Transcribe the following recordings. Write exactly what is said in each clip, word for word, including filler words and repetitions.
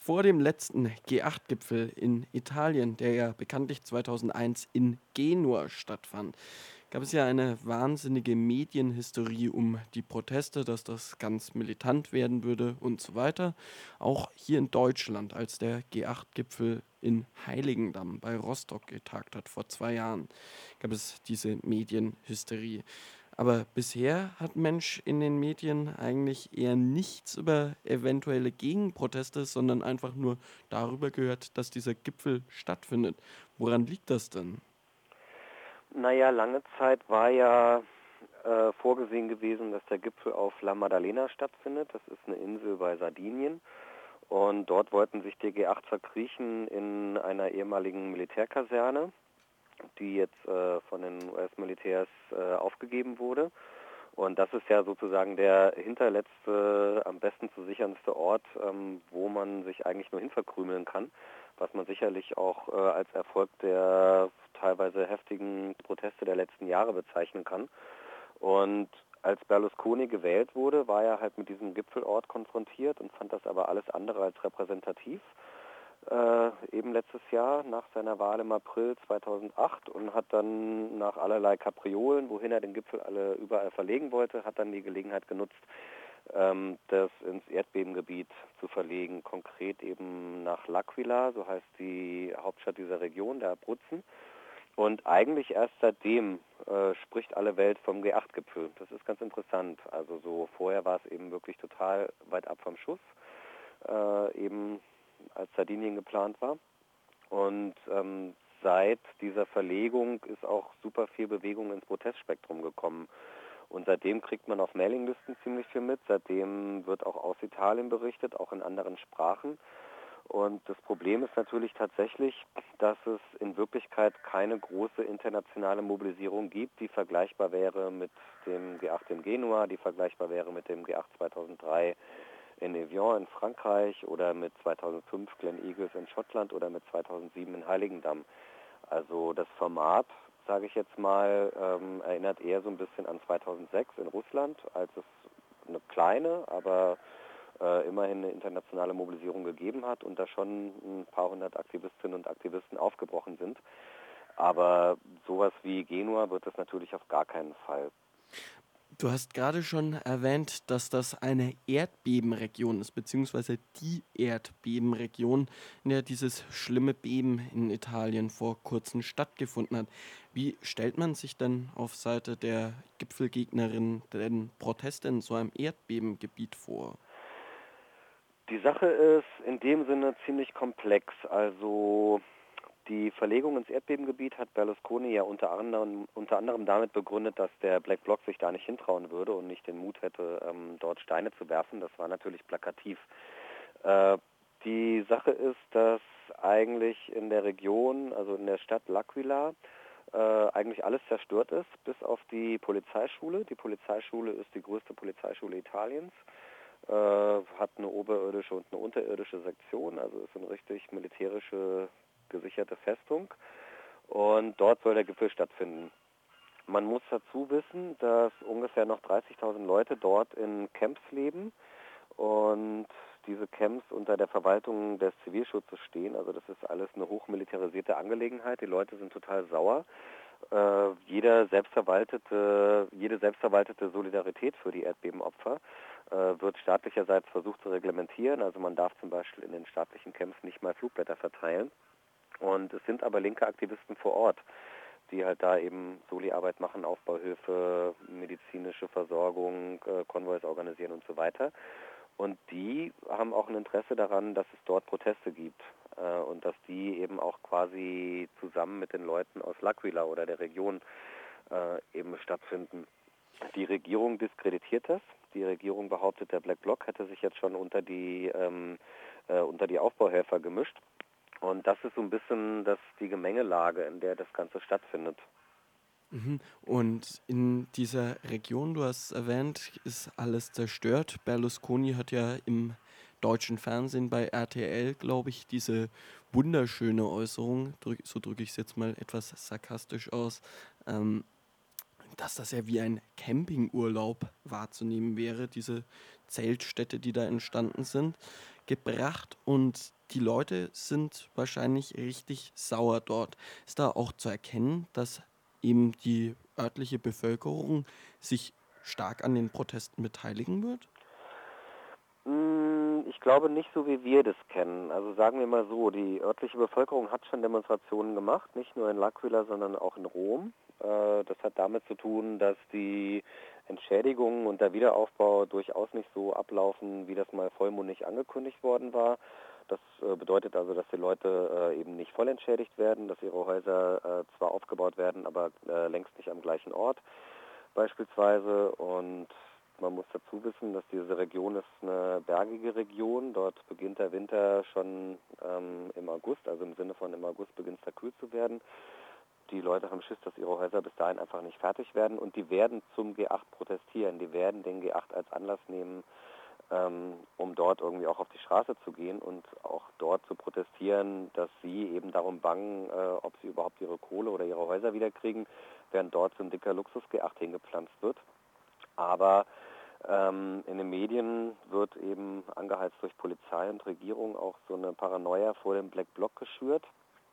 Vor dem letzten G acht Gipfel in Italien, der ja bekanntlich zweitausendeins in Genua stattfand, gab es ja eine wahnsinnige Medienhysterie um die Proteste, dass das ganz militant werden würde und so weiter. Auch hier in Deutschland, als der G acht Gipfel in Heiligendamm bei Rostock getagt hat vor zwei Jahren, gab es diese Medienhysterie. Aber bisher hat Mensch in den Medien eigentlich eher nichts über eventuelle Gegenproteste, sondern einfach nur darüber gehört, dass dieser Gipfel stattfindet. Woran liegt das denn? Naja, lange Zeit war ja äh, vorgesehen gewesen, dass der Gipfel auf La Maddalena stattfindet. Das ist eine Insel bei Sardinien. Und dort wollten sich die G acht verkriechen in einer ehemaligen Militärkaserne, die jetzt äh, von den U S-Militärs äh, aufgegeben wurde. Und das ist ja sozusagen der hinterletzte, am besten zu sichernste Ort, ähm, wo man sich eigentlich nur hinverkrümeln kann, was man sicherlich auch äh, als Erfolg der teilweise heftigen Proteste der letzten Jahre bezeichnen kann. Und als Berlusconi gewählt wurde, war er halt mit diesem Gipfelort konfrontiert und fand das aber alles andere als repräsentativ. Äh, eben letztes Jahr nach seiner Wahl im April zweitausendacht und hat dann nach allerlei Kapriolen, wohin er den Gipfel alle überall verlegen wollte, hat dann die Gelegenheit genutzt, ähm, das ins Erdbebengebiet zu verlegen, konkret eben nach L'Aquila, so heißt die Hauptstadt dieser Region, der Abruzzen. Und eigentlich erst seitdem äh, spricht alle Welt vom G acht Gipfel. Das ist ganz interessant. Also so vorher war es eben wirklich total weit ab vom Schuss, äh, eben als Sardinien geplant war. Und ähm, seit dieser Verlegung ist auch super viel Bewegung ins Protestspektrum gekommen. Und seitdem kriegt man auf Mailinglisten ziemlich viel mit. Seitdem wird auch aus Italien berichtet, auch in anderen Sprachen. Und das Problem ist natürlich tatsächlich, dass es in Wirklichkeit keine große internationale Mobilisierung gibt, die vergleichbar wäre mit dem G acht in Genua, die vergleichbar wäre mit dem G acht zweitausenddrei in Evian in Frankreich oder mit zweitausendfünf Glen Eagles in Schottland oder mit zweitausendsieben in Heiligendamm. Also das Format, sage ich jetzt mal, ähm, erinnert eher so ein bisschen an zweitausendsechs in Russland, als es eine kleine, aber äh, immerhin eine internationale Mobilisierung gegeben hat und da schon ein paar hundert Aktivistinnen und Aktivisten aufgebrochen sind. Aber sowas wie Genua wird es natürlich auf gar keinen Fall. Du hast gerade schon erwähnt, dass das eine Erdbebenregion ist, beziehungsweise die Erdbebenregion, in der dieses schlimme Beben in Italien vor kurzem stattgefunden hat. Wie stellt man sich denn auf Seite der Gipfelgegnerin den Protest in so einem Erdbebengebiet vor? Die Sache ist in dem Sinne ziemlich komplex. Also die Verlegung ins Erdbebengebiet hat Berlusconi ja unter anderem, unter anderem damit begründet, dass der Black Bloc sich da nicht hintrauen würde und nicht den Mut hätte, ähm, dort Steine zu werfen. Das war natürlich plakativ. Äh, die Sache ist, dass eigentlich in der Region, also in der Stadt L'Aquila, äh, eigentlich alles zerstört ist, bis auf die Polizeischule. Die Polizeischule ist die größte Polizeischule Italiens, äh, hat eine oberirdische und eine unterirdische Sektion, also ist eine richtig militärische gesicherte Festung. Und dort soll der Gipfel stattfinden. Man muss dazu wissen, dass ungefähr noch dreißigtausend Leute dort in Camps leben und diese Camps unter der Verwaltung des Zivilschutzes stehen. Also das ist alles eine hochmilitarisierte Angelegenheit. Die Leute sind total sauer. Äh, jeder selbstverwaltete, jede selbstverwaltete Solidarität für die Erdbebenopfer äh, wird staatlicherseits versucht zu reglementieren. Also man darf zum Beispiel in den staatlichen Camps nicht mal Flugblätter verteilen. Und es sind aber linke Aktivisten vor Ort, die halt da eben Soli-Arbeit machen, Aufbauhilfe, medizinische Versorgung, äh, Konvois organisieren und so weiter. Und die haben auch ein Interesse daran, dass es dort Proteste gibt äh, und dass die eben auch quasi zusammen mit den Leuten aus L'Aquila oder der Region äh, eben stattfinden. Die Regierung diskreditiert das. Die Regierung behauptet, der Black Bloc hätte sich jetzt schon unter die, ähm, äh, unter die Aufbauhelfer gemischt. Und das ist so ein bisschen das, die Gemengelage, in der das Ganze stattfindet. Mhm. Und in dieser Region, du hast erwähnt, ist alles zerstört. Berlusconi hat ja im deutschen Fernsehen bei R T L, glaube ich, diese wunderschöne Äußerung, drück, so drücke ich es jetzt mal etwas sarkastisch aus, ähm, dass das ja wie ein Campingurlaub wahrzunehmen wäre, diese Zeltstädte, die da entstanden sind. gebracht und die Leute sind wahrscheinlich richtig sauer dort. Ist da auch zu erkennen, dass eben die örtliche Bevölkerung sich stark an den Protesten beteiligen wird? Mm, Ich glaube nicht so, wie wir das kennen. Also sagen wir mal so, die örtliche Bevölkerung hat schon Demonstrationen gemacht, nicht nur in L'Aquila, sondern auch in Rom. Äh, Das hat damit zu tun, dass die Entschädigungen und der Wiederaufbau durchaus nicht so ablaufen, wie das mal vollmundig angekündigt worden war. Das äh, bedeutet also, dass die Leute äh, eben nicht voll entschädigt werden, dass ihre Häuser äh, zwar aufgebaut werden, aber äh, längst nicht am gleichen Ort beispielsweise. Und man muss dazu wissen, dass diese Region ist eine bergige Region. Dort beginnt der Winter schon ähm, im August, also im Sinne von im August beginnt es da kühl zu werden. Die Leute haben Schiss, dass ihre Häuser bis dahin einfach nicht fertig werden und die werden zum G acht protestieren. Die werden den G acht als Anlass nehmen, ähm, um dort irgendwie auch auf die Straße zu gehen und auch dort zu protestieren, dass sie eben darum bangen, äh, ob sie überhaupt ihre Kohle oder ihre Häuser wiederkriegen, während dort so ein dicker Luxus-G acht hingepflanzt wird. Aber ähm, in den Medien wird eben angeheizt durch Polizei und Regierung auch so eine Paranoia vor dem Black Bloc geschürt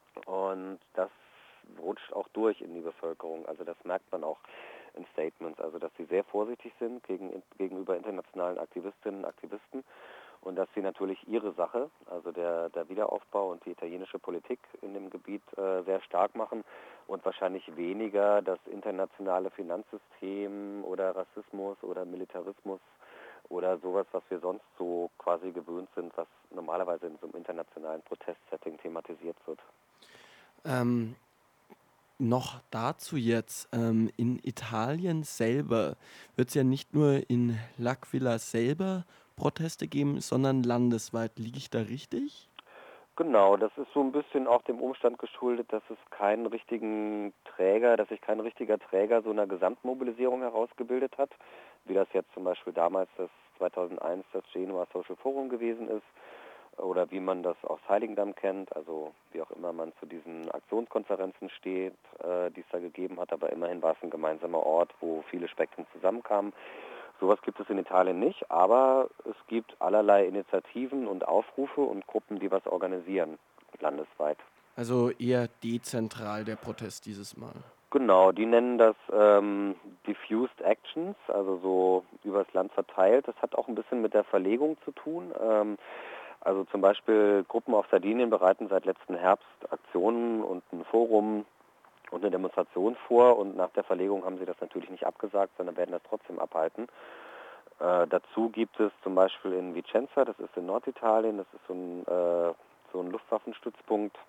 und das rutscht auch durch in die Bevölkerung. Also das merkt man auch in Statements, also dass sie sehr vorsichtig sind gegen, gegenüber internationalen Aktivistinnen und Aktivisten und dass sie natürlich ihre Sache, also der, der Wiederaufbau und die italienische Politik in dem Gebiet äh, sehr stark machen und wahrscheinlich weniger das internationale Finanzsystem oder Rassismus oder Militarismus oder sowas, was wir sonst so quasi gewöhnt sind, was normalerweise in so einem internationalen Protestsetting thematisiert wird. Ähm, Noch dazu jetzt, ähm, in Italien selber wird es ja nicht nur in L'Aquila selber Proteste geben, sondern landesweit. Liege ich da richtig? Genau, das ist so ein bisschen auch dem Umstand geschuldet, dass es keinen richtigen Träger, dass sich kein richtiger Träger so einer Gesamtmobilisierung herausgebildet hat, wie das jetzt zum Beispiel damals das zweitausendeins das Genua Social Forum gewesen ist oder wie man das aus Heiligendamm kennt, also wie auch immer man zu diesen Aktionskonferenzen steht, äh, die es da gegeben hat, aber immerhin war es ein gemeinsamer Ort, wo viele Spektren zusammenkamen. Sowas gibt es in Italien nicht, aber es gibt allerlei Initiativen und Aufrufe und Gruppen, die was organisieren, landesweit. Also eher dezentral der Protest dieses Mal. Genau, die nennen das ähm, Diffused Actions, also so übers Land verteilt. Das hat auch ein bisschen mit der Verlegung zu tun. Ähm, also zum Beispiel Gruppen auf Sardinien bereiten seit letzten Herbst Aktionen und ein Forum und eine Demonstration vor und nach der Verlegung haben sie das natürlich nicht abgesagt, sondern werden das trotzdem abhalten. Äh, dazu gibt es zum Beispiel in Vicenza, das ist in Norditalien, das ist so ein, äh, so ein Luftwaffenstützpunkt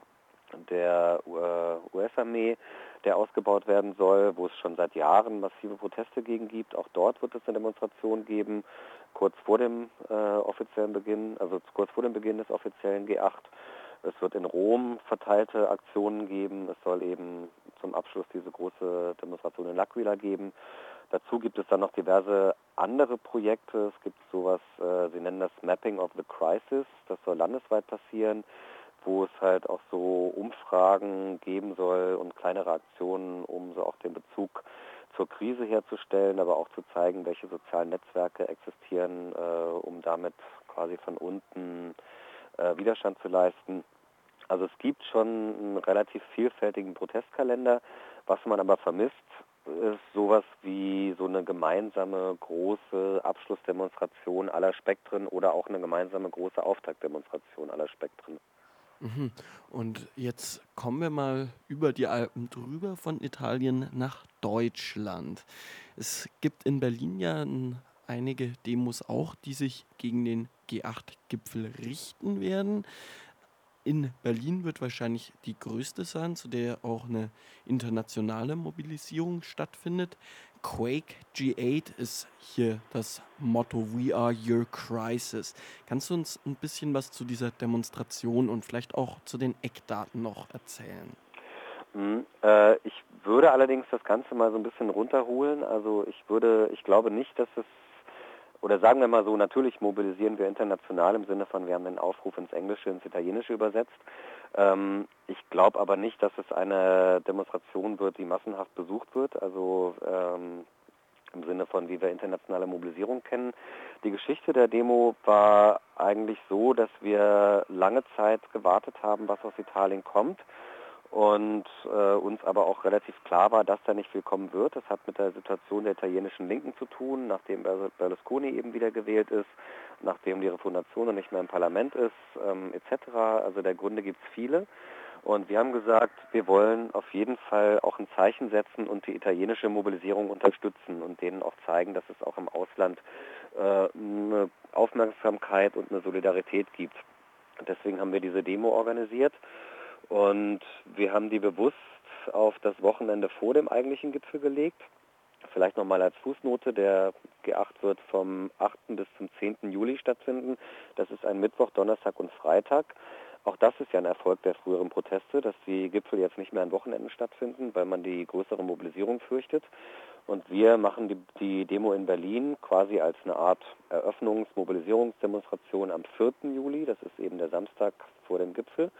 der äh, U S-Armee, der ausgebaut werden soll, wo es schon seit Jahren massive Proteste gegen gibt. Auch dort wird es eine Demonstration geben, kurz vor dem äh, offiziellen Beginn, also kurz vor dem Beginn des offiziellen G acht. Es wird in Rom verteilte Aktionen geben. Es soll eben zum Abschluss diese große Demonstration in L'Aquila geben. Dazu gibt es dann noch diverse andere Projekte. Es gibt sowas, äh, sie nennen das Mapping of the Crisis. Das soll landesweit passieren, wo es halt auch so Umfragen geben soll und kleinere Aktionen, um so auch den Bezug zur Krise herzustellen, aber auch zu zeigen, welche sozialen Netzwerke existieren, äh, um damit quasi von unten äh, Widerstand zu leisten. Also es gibt schon einen relativ vielfältigen Protestkalender. Was man aber vermisst, ist sowas wie so eine gemeinsame große Abschlussdemonstration aller Spektren oder auch eine gemeinsame große Auftaktdemonstration aller Spektren. Mhm. Und jetzt kommen wir mal über die Alpen drüber von Italien nach Deutschland. Es gibt in Berlin ja n- einige Demos auch, die sich gegen den G acht-Gipfel richten werden. In Berlin wird wahrscheinlich die größte sein, zu der auch eine internationale Mobilisierung stattfindet. Quake G acht ist hier das Motto We are your crisis. Kannst du uns ein bisschen was zu dieser Demonstration und vielleicht auch zu den Eckdaten noch erzählen? Mhm. Äh, ich würde allerdings das Ganze mal so ein bisschen runterholen. Also ich würde, ich glaube nicht, dass es, oder sagen wir mal so, natürlich mobilisieren wir international im Sinne von, wir haben den Aufruf ins Englische, ins Italienische übersetzt. Ähm, ich glaube aber nicht, dass es eine Demonstration wird, die massenhaft besucht wird. Also ähm, im Sinne von, wie wir internationale Mobilisierung kennen. Die Geschichte der Demo war eigentlich so, dass wir lange Zeit gewartet haben, was aus Italien kommt und äh, uns aber auch relativ klar war, dass da nicht viel kommen wird. Das hat mit der Situation der italienischen Linken zu tun, nachdem Berlusconi eben wieder gewählt ist, nachdem die Refundation noch nicht mehr im Parlament ist, ähm, et cetera. Also der Gründe gibt es viele. Und wir haben gesagt, wir wollen auf jeden Fall auch ein Zeichen setzen und die italienische Mobilisierung unterstützen und denen auch zeigen, dass es auch im Ausland äh, eine Aufmerksamkeit und eine Solidarität gibt. Und deswegen haben wir diese Demo organisiert und wir haben die bewusst auf das Wochenende vor dem eigentlichen Gipfel gelegt. Vielleicht nochmal als Fußnote, der G acht wird vom achten bis zum zehnten Juli stattfinden. Das ist ein Mittwoch, Donnerstag und Freitag. Auch das ist ja ein Erfolg der früheren Proteste, dass die Gipfel jetzt nicht mehr an Wochenenden stattfinden, weil man die größere Mobilisierung fürchtet. Und wir machen die, die Demo in Berlin quasi als eine Art Eröffnungs-, Mobilisierungsdemonstration am vierten Juli. Das ist eben der Samstag vor dem Gipfel.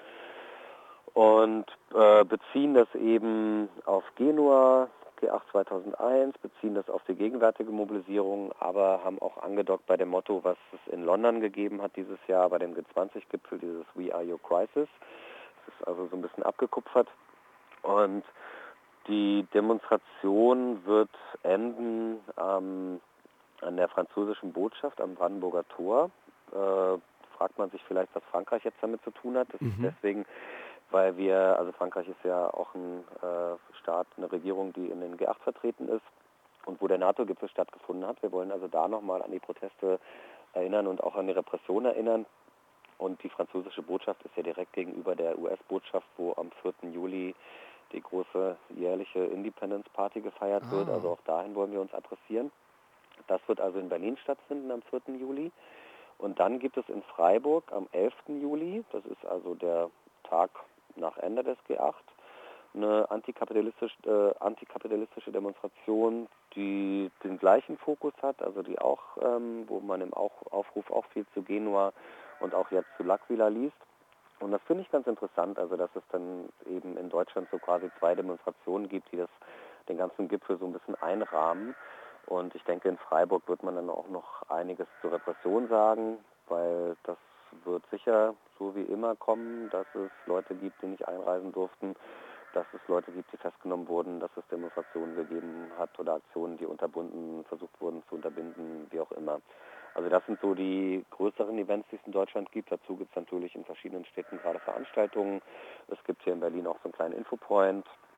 Und äh, beziehen das eben auf Genua, G acht zweitausendeins, beziehen das auf die gegenwärtige Mobilisierung, aber haben auch angedockt bei dem Motto, was es in London gegeben hat dieses Jahr bei dem G zwanzig-Gipfel, dieses We Are Your Crisis. Das ist also so ein bisschen abgekupfert. Und die Demonstration wird enden ähm, an der französischen Botschaft am Brandenburger Tor. Äh, fragt man sich vielleicht, was Frankreich jetzt damit zu tun hat. Das Mhm. ist deswegen, weil wir, also Frankreich ist ja auch ein äh, Staat, eine Regierung, die in den G acht vertreten ist und wo der NATO-Gipfel stattgefunden hat. Wir wollen also da nochmal an die Proteste erinnern und auch an die Repression erinnern. Und die französische Botschaft ist ja direkt gegenüber der U S-Botschaft, wo am vierten Juli die große jährliche Independence Party gefeiert Ah. wird. Also auch dahin wollen wir uns adressieren. Das wird also in Berlin stattfinden am vierten Juli. Und dann gibt es in Freiburg am elften Juli, das ist also der Tag nach Ende des G acht, eine antikapitalistische, äh, antikapitalistische Demonstration, die den gleichen Fokus hat, also die auch, ähm, wo man im auch, Aufruf auch viel zu Genua und auch jetzt zu L'Aquila liest. Und das finde ich ganz interessant, also dass es dann eben in Deutschland so quasi zwei Demonstrationen gibt, die das den ganzen Gipfel so ein bisschen einrahmen. Und ich denke, in Freiburg wird man dann auch noch einiges zur Repression sagen, weil das wird sicher so wie immer kommen, dass es Leute gibt, die nicht einreisen durften, dass es Leute gibt, die festgenommen wurden, dass es Demonstrationen gegeben hat oder Aktionen, die unterbunden, versucht wurden zu unterbinden, wie auch immer. Also das sind so die größeren Events, die es in Deutschland gibt. Dazu gibt es natürlich in verschiedenen Städten gerade Veranstaltungen. Es gibt hier in Berlin auch so einen kleinen Infopoint.